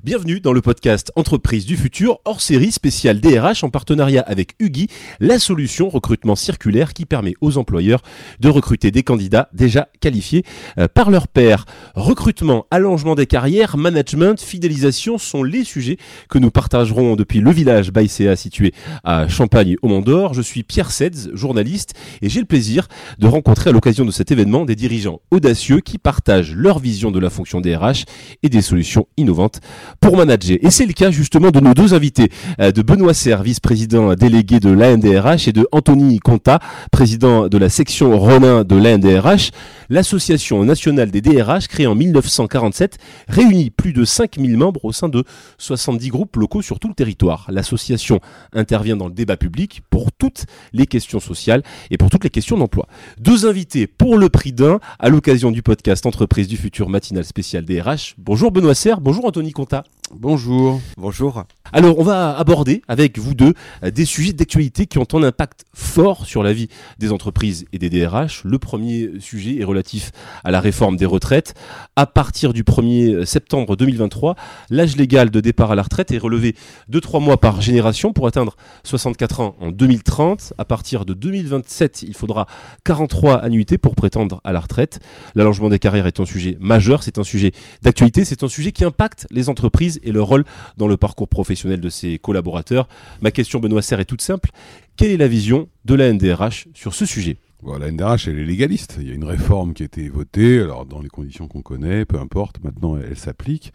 Bienvenue dans le podcast Entreprise du futur, hors série spéciale DRH en partenariat avec Huggy, la solution recrutement circulaire qui permet aux employeurs de recruter des candidats déjà qualifiés par leur pairs. Recrutement, allongement des carrières, management, fidélisation sont les sujets que nous partagerons depuis le village Baïséa situé à Champagne au Mont d'Or. Je suis Pierre Sedz, journaliste, et j'ai le plaisir de rencontrer à l'occasion de cet événement des dirigeants audacieux qui partagent leur vision de la fonction DRH et des solutions innovantes pour manager. Et c'est le cas justement de nos deux invités, de Benoît Serre, vice-président délégué de l'ANDRH, et de Anthony Conta, président de la section Ronin de l'ANDRH. L'Association nationale des DRH, créée en 1947, réunit plus de 5000 membres au sein de 70 groupes locaux sur tout le territoire. L'association intervient dans le débat public pour toutes les questions sociales et pour toutes les questions d'emploi. Deux invités pour le prix d'un à l'occasion du podcast Entreprise du futur matinal spécial DRH. Bonjour Benoît Serre, bonjour Anthony Conta. Bonjour. Bonjour. Alors, on va aborder avec vous deux des sujets d'actualité qui ont un impact fort sur la vie des entreprises et des DRH. Le premier sujet est relatif à la réforme des retraites. À partir du 1er septembre 2023, l'âge légal de départ à la retraite est relevé de 3 mois par génération pour atteindre 64 ans en 2030. À partir de 2027, il faudra 43 annuités pour prétendre à la retraite. L'allongement des carrières est un sujet majeur, c'est un sujet d'actualité, c'est un sujet qui impacte les entreprises et leur rôle dans le parcours professionnel de ses collaborateurs. Ma question, Benoît Serre, est toute simple. Quelle est la vision de la NDRH sur ce sujet ? Bon, la NDRH, elle est légaliste. Il y a une réforme qui a été votée, alors dans les conditions qu'on connaît, peu importe, maintenant elle s'applique.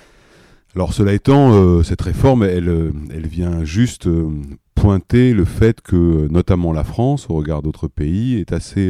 Alors cela étant, cette réforme, elle vient juste pointer le fait que, notamment la France, au regard d'autres pays, est assez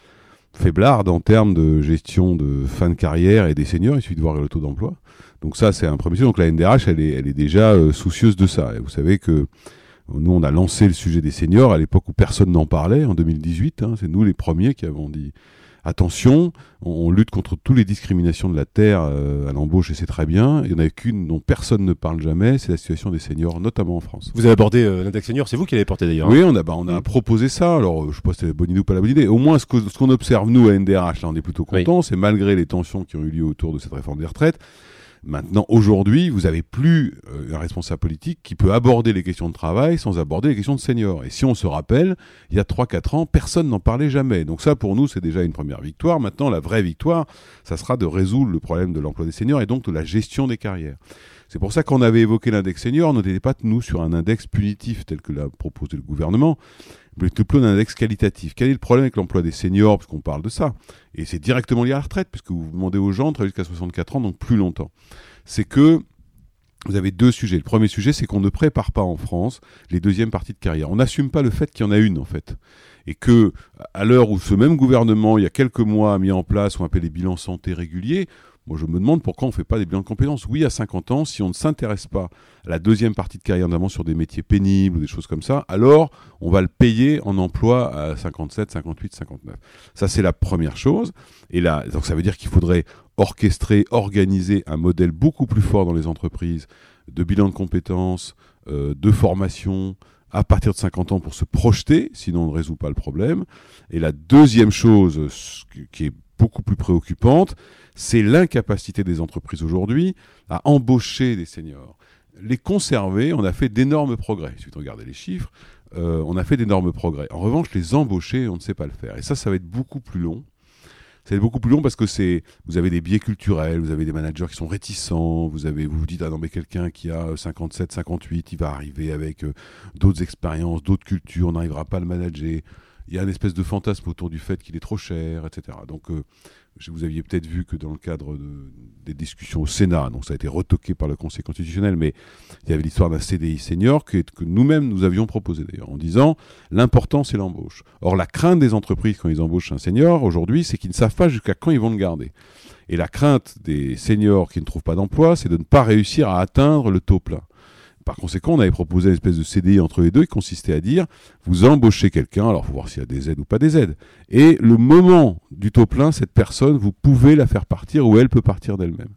faiblarde en termes de gestion de fin de carrière et des seniors. Il suffit de voir le taux d'emploi. Donc ça, c'est un premier sujet. Donc la NDRH, elle est déjà soucieuse de ça. Et vous savez que nous, on a lancé le sujet des seniors à l'époque où personne n'en parlait, en 2018. C'est nous les premiers qui avons dit « Attention, on lutte contre toutes les discriminations de la terre à l'embauche et c'est très bien. Il y en a qu'une dont personne ne parle jamais, c'est la situation des seniors, notamment en France. » Vous avez abordé l'index senior, c'est vous qui l'avez porté d'ailleurs. Oui, on a proposé ça. Alors, je ne sais pas si c'est la bonne idée ou pas la bonne idée. Au moins, ce qu'on observe, nous, à NDRH, là, on est plutôt contents. Oui. C'est malgré les tensions qui ont eu lieu autour de cette réforme des retraites. Maintenant, aujourd'hui, vous n'avez plus un responsable politique qui peut aborder les questions de travail sans aborder les questions de seniors. Et si on se rappelle, il y a 3-4 ans, personne n'en parlait jamais. Donc ça, pour nous, c'est déjà une première victoire. Maintenant, la vraie victoire, ça sera de résoudre le problème de l'emploi des seniors et donc de la gestion des carrières. C'est pour ça qu'on avait évoqué l'index senior. On n'était pas, nous, sur un index punitif tel que l'a proposé le gouvernement, mais plutôt un index qualitatif. Quel est le problème avec l'emploi des seniors, puisqu'on parle de ça ? Et c'est directement lié à la retraite, puisque vous demandez aux gens de travailler jusqu'à 64 ans, donc plus longtemps. C'est que vous avez deux sujets. Le premier sujet, c'est qu'on ne prépare pas en France les deuxièmes parties de carrière. On n'assume pas le fait qu'il y en a une, en fait. Et que, à l'heure où ce même gouvernement, il y a quelques mois, a mis en place ce qu'on appelle les bilans santé réguliers, moi, je me demande pourquoi on ne fait pas des bilans de compétences. Oui, à 50 ans, si on ne s'intéresse pas à la deuxième partie de carrière, notamment sur des métiers pénibles ou des choses comme ça, alors on va le payer en emploi à 57, 58, 59. Ça, c'est la première chose. Et là, donc ça veut dire qu'il faudrait orchestrer, organiser un modèle beaucoup plus fort dans les entreprises de bilan de compétences, de formation à partir de 50 ans pour se projeter, sinon on ne résout pas le problème. Et la deuxième chose qui est beaucoup plus préoccupante, c'est l'incapacité des entreprises aujourd'hui à embaucher des seniors. Les conserver, on a fait d'énormes progrès. Il suffit de regarder les chiffres, on a fait d'énormes progrès. En revanche, les embaucher, on ne sait pas le faire. Et ça va être beaucoup plus long. Ça va être beaucoup plus long parce que vous avez des biais culturels, vous avez des managers qui sont réticents, vous vous dites, ah non, mais quelqu'un qui a 57, 58, il va arriver avec d'autres expériences, d'autres cultures, on n'arrivera pas à le manager. Il y a une espèce de fantasme autour du fait qu'il est trop cher, etc. Donc, vous aviez peut-être vu que dans le cadre des discussions au Sénat, donc ça a été retoqué par le Conseil constitutionnel, mais il y avait l'histoire d'un CDI senior que nous-mêmes, nous avions proposé d'ailleurs, en disant l'important, c'est l'embauche. Or, la crainte des entreprises quand ils embauchent un senior, aujourd'hui, c'est qu'ils ne savent pas jusqu'à quand ils vont le garder. Et la crainte des seniors qui ne trouvent pas d'emploi, c'est de ne pas réussir à atteindre le taux plein. Par conséquent, on avait proposé une espèce de CDI entre les deux qui consistait à dire, vous embauchez quelqu'un, alors il faut voir s'il y a des aides ou pas des aides. Et le moment du taux plein, cette personne, vous pouvez la faire partir ou elle peut partir d'elle-même.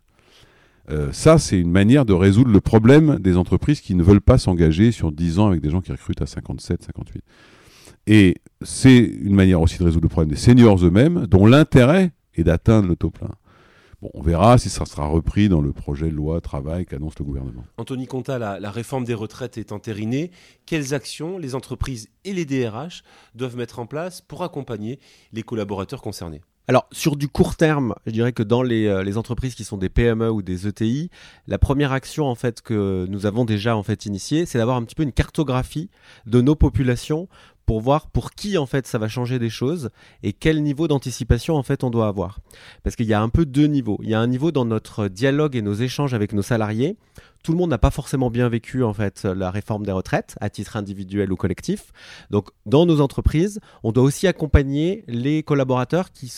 Ça, c'est une manière de résoudre le problème des entreprises qui ne veulent pas s'engager sur 10 ans avec des gens qui recrutent à 57, 58. Et c'est une manière aussi de résoudre le problème des seniors eux-mêmes, dont l'intérêt est d'atteindre le taux plein. Bon, on verra si ça sera repris dans le projet de loi travail qu'annonce le gouvernement. Anthony Contat, la réforme des retraites est entérinée. Quelles actions les entreprises et les DRH doivent mettre en place pour accompagner les collaborateurs concernés ? Alors, sur du court terme, je dirais que dans les entreprises qui sont des PME ou des ETI, la première action en fait que nous avons déjà en fait initiée, c'est d'avoir un petit peu une cartographie de nos populations pour voir pour qui en fait ça va changer des choses et quel niveau d'anticipation en fait on doit avoir. Parce qu'il y a un peu deux niveaux. Il y a un niveau dans notre dialogue et nos échanges avec nos salariés. Tout le monde n'a pas forcément bien vécu en fait la réforme des retraites à titre individuel ou collectif. Donc dans nos entreprises, on doit aussi accompagner les collaborateurs qui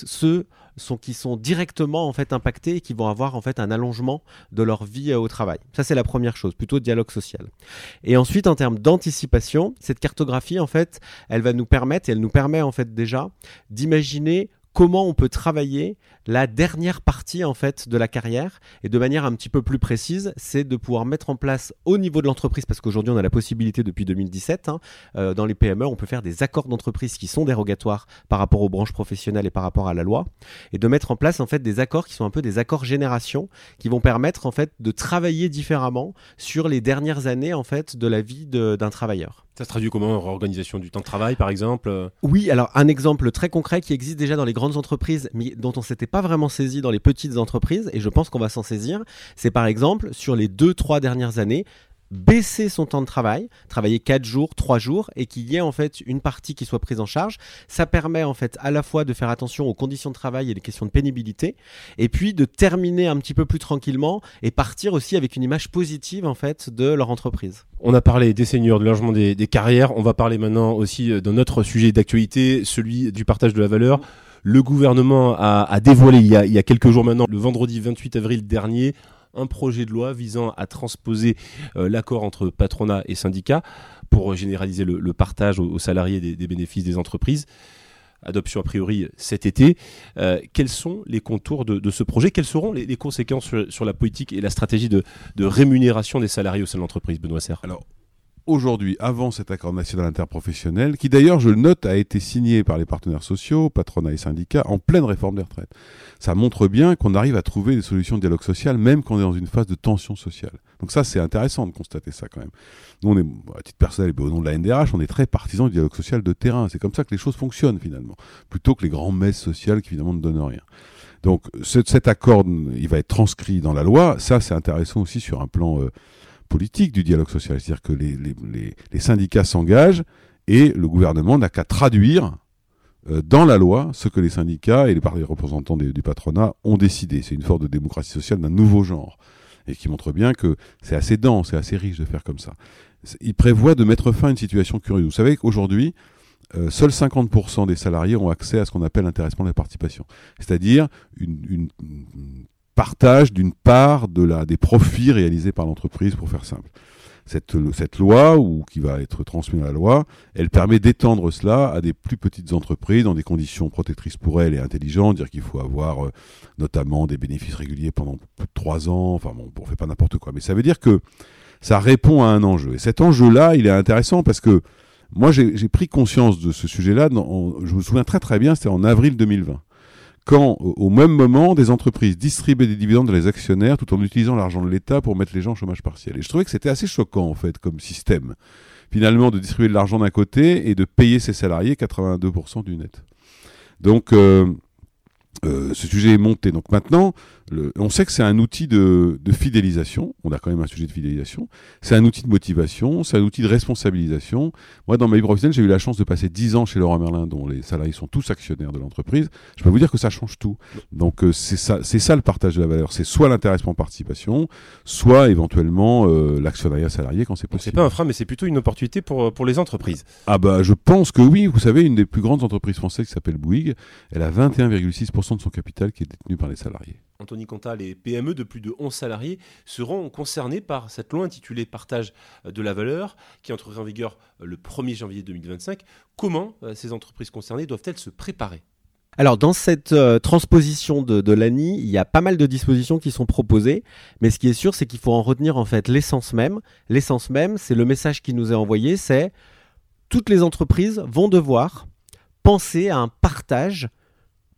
sont directement en fait impactés et qui vont avoir en fait un allongement de leur vie au travail. Ça c'est la première chose, plutôt dialogue social. Et ensuite en termes d'anticipation, cette cartographie en fait, elle va nous permettre et elle nous permet en fait déjà d'imaginer comment on peut travailler la dernière partie en fait de la carrière et de manière un petit peu plus précise, c'est de pouvoir mettre en place au niveau de l'entreprise, parce qu'aujourd'hui on a la possibilité depuis 2017, dans les PME on peut faire des accords d'entreprise qui sont dérogatoires par rapport aux branches professionnelles et par rapport à la loi, et de mettre en place en fait des accords qui sont un peu des accords génération qui vont permettre en fait de travailler différemment sur les dernières années en fait de la vie d'un travailleur. Ça se traduit comment ? Réorganisation du temps de travail, par exemple ? Oui, alors un exemple très concret qui existe déjà dans les grandes entreprises, mais dont on ne s'était pas vraiment saisi dans les petites entreprises, et je pense qu'on va s'en saisir, c'est par exemple, sur les 2-3 dernières années, baisser son temps de travail, travailler 4 jours, 3 jours, et qu'il y ait en fait une partie qui soit prise en charge. Ça permet en fait à la fois de faire attention aux conditions de travail et les questions de pénibilité, et puis de terminer un petit peu plus tranquillement et partir aussi avec une image positive en fait de leur entreprise. On a parlé des seniors, de l'allongement des carrières. On va parler maintenant aussi d'un autre sujet d'actualité, celui du partage de la valeur. Le gouvernement a dévoilé il y a quelques jours maintenant, le vendredi 28 avril dernier, un projet de loi visant à transposer l'accord entre patronat et syndicats pour généraliser le partage aux salariés des bénéfices des entreprises. Adoption a priori cet été. Quels sont les contours de ce projet ? Quelles seront les conséquences sur la politique et la stratégie de rémunération des salariés au sein de l'entreprise, Benoît Serre ? Alors, aujourd'hui, avant cet accord national interprofessionnel, qui d'ailleurs, je le note, a été signé par les partenaires sociaux, patronat et syndicats, en pleine réforme des retraites. Ça montre bien qu'on arrive à trouver des solutions de dialogue social, même quand on est dans une phase de tension sociale. Donc ça, c'est intéressant de constater ça quand même. Nous, on est, à titre personnel, au nom de la NDRH, on est très partisans du dialogue social de terrain. C'est comme ça que les choses fonctionnent finalement, plutôt que les grands messes sociales qui finalement ne donnent rien. Donc cet accord, il va être transcrit dans la loi. Ça, c'est intéressant aussi sur un plan politique du dialogue social. C'est-à-dire que les syndicats s'engagent et le gouvernement n'a qu'à traduire dans la loi ce que les syndicats et les représentants du patronat ont décidé. C'est une forme de démocratie sociale d'un nouveau genre et qui montre bien que c'est assez dense, c'est assez riche de faire comme ça. Il prévoit de mettre fin à une situation curieuse. Vous savez qu'aujourd'hui, seuls 50% des salariés ont accès à ce qu'on appelle l'intéressement de la participation, c'est-à-dire une partage d'une part des profits réalisés par l'entreprise, pour faire simple. Cette loi, ou qui va être transmise à la loi, elle permet d'étendre cela à des plus petites entreprises dans des conditions protectrices pour elles et intelligentes, dire qu'il faut avoir notamment des bénéfices réguliers pendant plus de 3 ans, enfin bon, on fait pas n'importe quoi, mais ça veut dire que ça répond à un enjeu. Et cet enjeu-là, il est intéressant parce que moi, j'ai pris conscience de ce sujet-là, je me souviens très très bien, c'était en avril 2020. Quand, au même moment, des entreprises distribuaient des dividendes à les actionnaires tout en utilisant l'argent de l'État pour mettre les gens au chômage partiel. Et je trouvais que c'était assez choquant, en fait, comme système, finalement, de distribuer de l'argent d'un côté et de payer ses salariés 82% du net. Donc, ce sujet est monté. Donc maintenant, on sait que c'est un outil de fidélisation. On a quand même un sujet de fidélisation. C'est un outil de motivation, c'est un outil de responsabilisation. Moi, dans ma vie professionnelle, j'ai eu la chance de passer 10 ans chez Leroy Merlin, dont les salariés sont tous actionnaires de l'entreprise. Je peux vous dire que ça change tout. Donc c'est ça le partage de la valeur. C'est soit l'intéressement participation, soit éventuellement l'actionnariat salarié quand c'est possible. C'est pas un frein, mais c'est plutôt une opportunité pour les entreprises. Ah bah je pense que oui. Vous savez, une des plus grandes entreprises françaises qui s'appelle Bouygues, elle a 21,6% de son capital qui est détenu par les salariés. Anthony Contat, les PME de plus de 11 salariés seront concernés par cette loi intitulée Partage de la valeur qui entrera en vigueur le 1er janvier 2025. Comment ces entreprises concernées doivent-elles se préparer ? Alors dans cette transposition de l'ANI, il y a pas mal de dispositions qui sont proposées, mais ce qui est sûr, c'est qu'il faut en retenir en fait l'essence même. L'essence même, c'est le message qui nous est envoyé, c'est toutes les entreprises vont devoir penser à un partage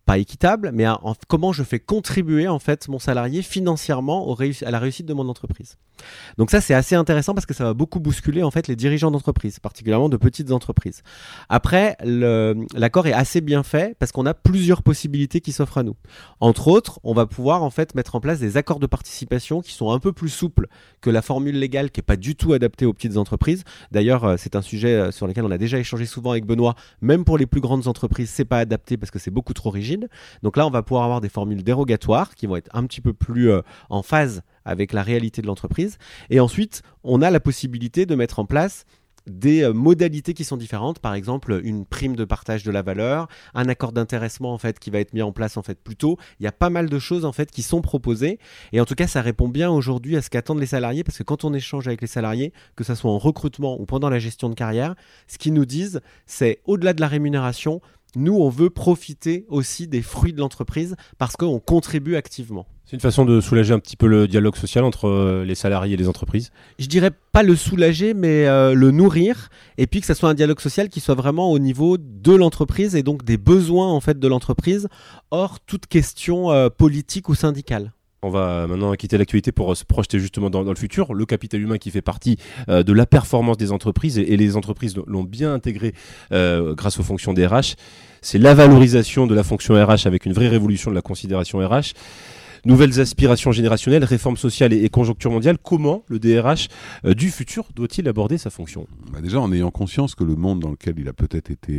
pas équitable, mais comment je fais contribuer en fait mon salarié financièrement à la réussite de mon entreprise. Donc ça, c'est assez intéressant parce que ça va beaucoup bousculer en fait les dirigeants d'entreprise, particulièrement de petites entreprises. Après, l'accord est assez bien fait parce qu'on a plusieurs possibilités qui s'offrent à nous. Entre autres, on va pouvoir en fait mettre en place des accords de participation qui sont un peu plus souples que la formule légale qui est pas du tout adaptée aux petites entreprises. D'ailleurs, c'est un sujet sur lequel on a déjà échangé souvent avec Benoît. Même pour les plus grandes entreprises, c'est pas adapté parce que c'est beaucoup trop rigide. Donc là, on va pouvoir avoir des formules dérogatoires qui vont être un petit peu plus en phase avec la réalité de l'entreprise. Et ensuite, on a la possibilité de mettre en place des modalités qui sont différentes, par exemple une prime de partage de la valeur, un accord d'intéressement en fait qui va être mis en place en fait plus tôt. Il y a pas mal de choses en fait qui sont proposées et en tout cas ça répond bien aujourd'hui à ce qu'attendent les salariés parce que quand on échange avec les salariés, que ça soit en recrutement ou pendant la gestion de carrière, ce qu'ils nous disent c'est au-delà de la rémunération, nous on veut profiter aussi des fruits de l'entreprise parce qu'on contribue activement. C'est une façon de soulager un petit peu le dialogue social entre les salariés et les entreprises. Je dirais pas le soulager, mais le nourrir, et puis que ça soit un dialogue social qui soit vraiment au niveau de l'entreprise et donc des besoins en fait de l'entreprise, hors toute question politique ou syndicale. On va maintenant quitter l'actualité pour se projeter justement dans le futur. Le capital humain qui fait partie de la performance des entreprises et les entreprises l'ont bien intégré grâce aux fonctions des RH. C'est la valorisation de la fonction RH avec une vraie révolution de la considération RH. Nouvelles aspirations générationnelles, réformes sociales et conjoncture mondiale. Comment le DRH du futur doit-il aborder sa fonction ? Déjà en ayant conscience que le monde dans lequel il a peut-être été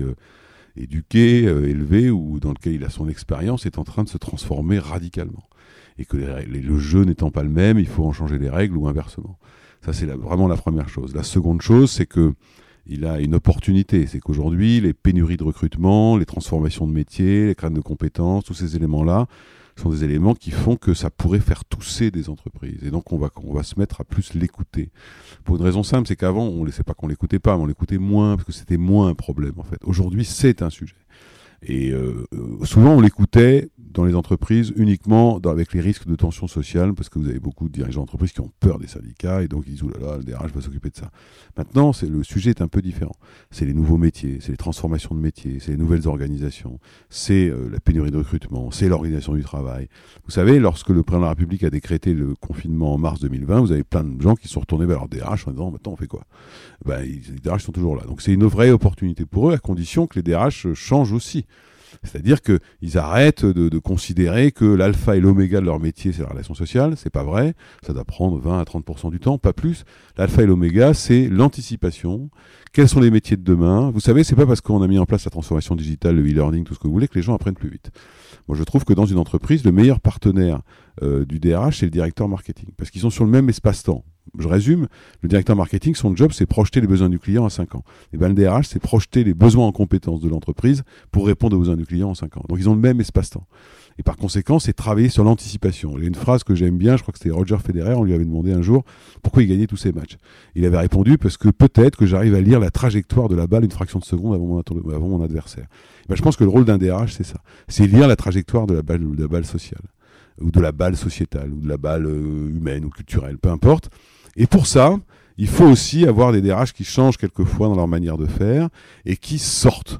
éduqué, élevé ou dans lequel il a son expérience est en train de se transformer radicalement. Et que le jeu n'étant pas le même, il faut en changer les règles ou inversement. Ça, c'est vraiment la première chose. La seconde chose, c'est que il a une opportunité. C'est qu'aujourd'hui, les pénuries de recrutement, les transformations de métiers, les crânes de compétences, tous ces éléments-là sont des éléments qui font que ça pourrait faire tousser des entreprises. Et donc, on va se mettre à plus l'écouter. Pour une raison simple, c'est qu'avant, on ne laissait pas qu'on l'écoutait pas, mais on l'écoutait moins, parce que c'était moins un problème, en fait. Aujourd'hui, c'est un sujet. Et souvent, on l'écoutait dans les entreprises uniquement avec les risques de tension sociale, parce que vous avez beaucoup de dirigeants d'entreprises qui ont peur des syndicats et donc ils disent « Oh là là, le DRH va s'occuper de ça ». Maintenant, le sujet est un peu différent. C'est les nouveaux métiers, c'est les transformations de métiers, c'est les nouvelles organisations, c'est la pénurie de recrutement, c'est l'organisation du travail. Vous savez, lorsque le président de la République a décrété le confinement en mars 2020, vous avez plein de gens qui sont retournés vers leur DRH en disant « Maintenant, on fait quoi ?» Les DRH sont toujours là. Donc c'est une vraie opportunité pour eux, à condition que les DRH changent aussi. C'est-à-dire qu'ils arrêtent de considérer que l'alpha et l'oméga de leur métier, c'est la relation sociale. C'est pas vrai. Ça doit prendre 20 à 30% du temps, pas plus. L'alpha et l'oméga, c'est l'anticipation. Quels sont les métiers de demain ? Vous savez, c'est pas parce qu'on a mis en place la transformation digitale, le e-learning, tout ce que vous voulez, que les gens apprennent plus vite. Moi, je trouve que dans une entreprise, le meilleur partenaire du DRH, c'est le directeur marketing. Parce qu'ils sont sur le même espace-temps. Je résume, le directeur marketing, son job, c'est projeter les besoins du client à 5 ans. Et le DRH, c'est projeter les besoins en compétences de l'entreprise pour répondre aux besoins du client en 5 ans. Donc, ils ont le même espace-temps. Et par conséquent, c'est travailler sur l'anticipation. Il y a une phrase que j'aime bien, je crois que c'était Roger Federer, on lui avait demandé un jour pourquoi il gagnait tous ses matchs. Il avait répondu parce que peut-être que j'arrive à lire la trajectoire de la balle une fraction de seconde avant mon adversaire. Je pense que le rôle d'un DRH, c'est ça. C'est lire la trajectoire de la balle sociale, ou de la balle sociétale, ou de la balle humaine ou culturelle, peu importe. Et pour ça, il faut aussi avoir des DRH qui changent quelquefois dans leur manière de faire et qui sortent.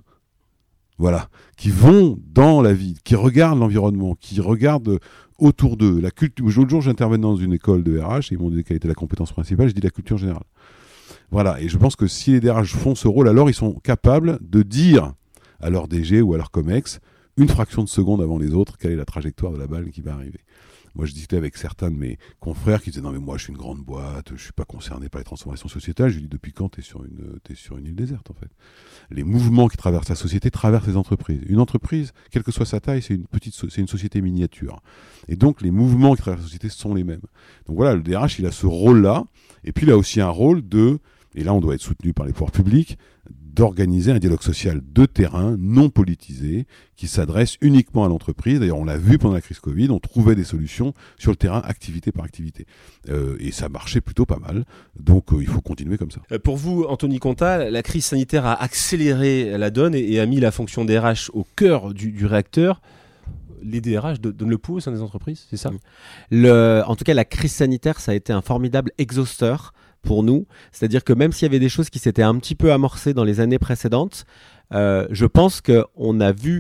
Voilà. Qui vont dans la vie, qui regardent l'environnement, qui regardent autour d'eux. La culture. L'autre jour, j'intervenais dans une école de RH et ils m'ont dit quelle était la compétence principale. Je dis la culture générale. Voilà. Et je pense que si les DRH font ce rôle, alors ils sont capables de dire à leur DG ou à leur COMEX, une fraction de seconde avant les autres, quelle est la trajectoire de la balle qui va arriver. Moi, je discutais avec certains de mes confrères qui disaient « Non, mais moi, je suis une grande boîte, je suis pas concerné par les transformations sociétales. » Je lui dis « Depuis quand t'es sur une île déserte, en fait ?» Les mouvements qui traversent la société traversent les entreprises. Une entreprise, quelle que soit sa taille, c'est une société miniature. Et donc, les mouvements qui traversent la société sont les mêmes. Donc voilà, le DRH, il a ce rôle-là. Et puis, il a aussi un rôle et là, on doit être soutenu par les pouvoirs publics, d'organiser un dialogue social de terrain, non politisé, qui s'adresse uniquement à l'entreprise. D'ailleurs, on l'a vu pendant la crise Covid, on trouvait des solutions sur le terrain, activité par activité. Et ça marchait plutôt pas mal. Donc, il faut continuer comme ça. Pour vous, Anthony Contat, la crise sanitaire a accéléré la donne et a mis la fonction DRH au cœur du réacteur. Les DRH donnent le pouls au sein des entreprises, c'est ça ? En tout cas, la crise sanitaire, ça a été un formidable exhausteur pour nous. C'est-à-dire que même s'il y avait des choses qui s'étaient un petit peu amorcées dans les années précédentes, je pense qu'on a vu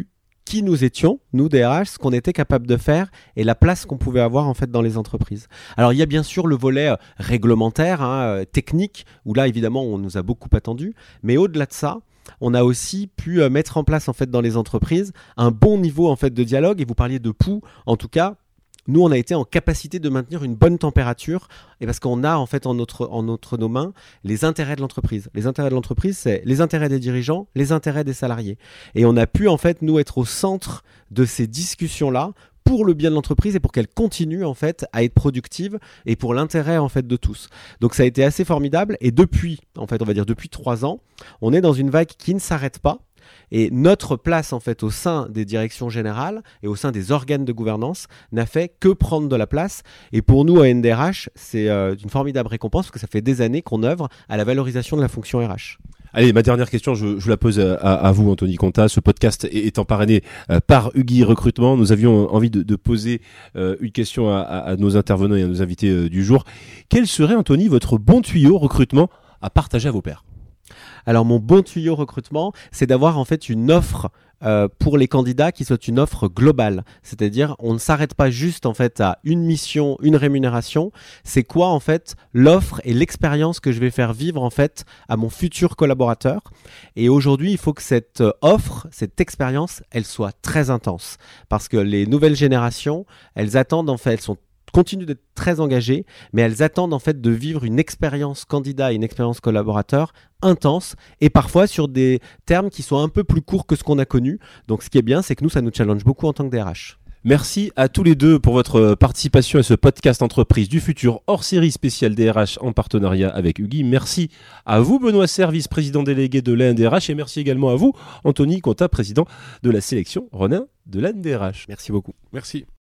qui nous étions, nous DRH, ce qu'on était capable de faire et la place qu'on pouvait avoir en fait dans les entreprises. Alors il y a bien sûr le volet réglementaire, technique, où là évidemment on nous a beaucoup attendu, mais au-delà de ça, on a aussi pu mettre en place en fait dans les entreprises un bon niveau en fait de dialogue. Et vous parliez de pouls, en tout cas. Nous, on a été en capacité de maintenir une bonne température et parce qu'on a en fait en nos mains les intérêts de l'entreprise. Les intérêts de l'entreprise, c'est les intérêts des dirigeants, les intérêts des salariés. Et on a pu en fait nous être au centre de ces discussions-là pour le bien de l'entreprise et pour qu'elle continue en fait à être productive et pour l'intérêt en fait de tous. Donc ça a été assez formidable et depuis, en fait, on va dire depuis 3 ans, on est dans une vague qui ne s'arrête pas. Et notre place en fait au sein des directions générales et au sein des organes de gouvernance n'a fait que prendre de la place. Et pour nous à NDRH, c'est une formidable récompense parce que ça fait des années qu'on œuvre à la valorisation de la fonction RH. Allez, ma dernière question, je la pose à vous, Anthony Contat. Ce podcast étant parrainé par Hugui Recrutement, nous avions envie de poser une question à nos intervenants et à nos invités du jour. Quel serait, Anthony, votre bon tuyau recrutement à partager à vos pairs ? Alors mon bon tuyau recrutement, c'est d'avoir en fait une offre pour les candidats qui soit une offre globale. C'est-à-dire on ne s'arrête pas juste en fait à une mission, une rémunération. C'est quoi en fait l'offre et l'expérience que je vais faire vivre en fait à mon futur collaborateur. Et aujourd'hui, il faut que cette offre, cette expérience, elle soit très intense. Parce que les nouvelles générations, elles attendent en fait, continuent d'être très engagées, mais elles attendent en fait de vivre une expérience candidat et une expérience collaborateur intense et parfois sur des termes qui sont un peu plus courts que ce qu'on a connu. Donc ce qui est bien, c'est que nous, ça nous challenge beaucoup en tant que DRH. Merci à tous les deux pour votre participation à ce podcast Entreprise du futur hors série spéciale DRH en partenariat avec Hugui. Merci à vous Benoît Serre, vice-président délégué de l'ANDRH et merci également à vous Anthony Contat, président de la sélection Ronin de l'ANDRH. Merci beaucoup. Merci.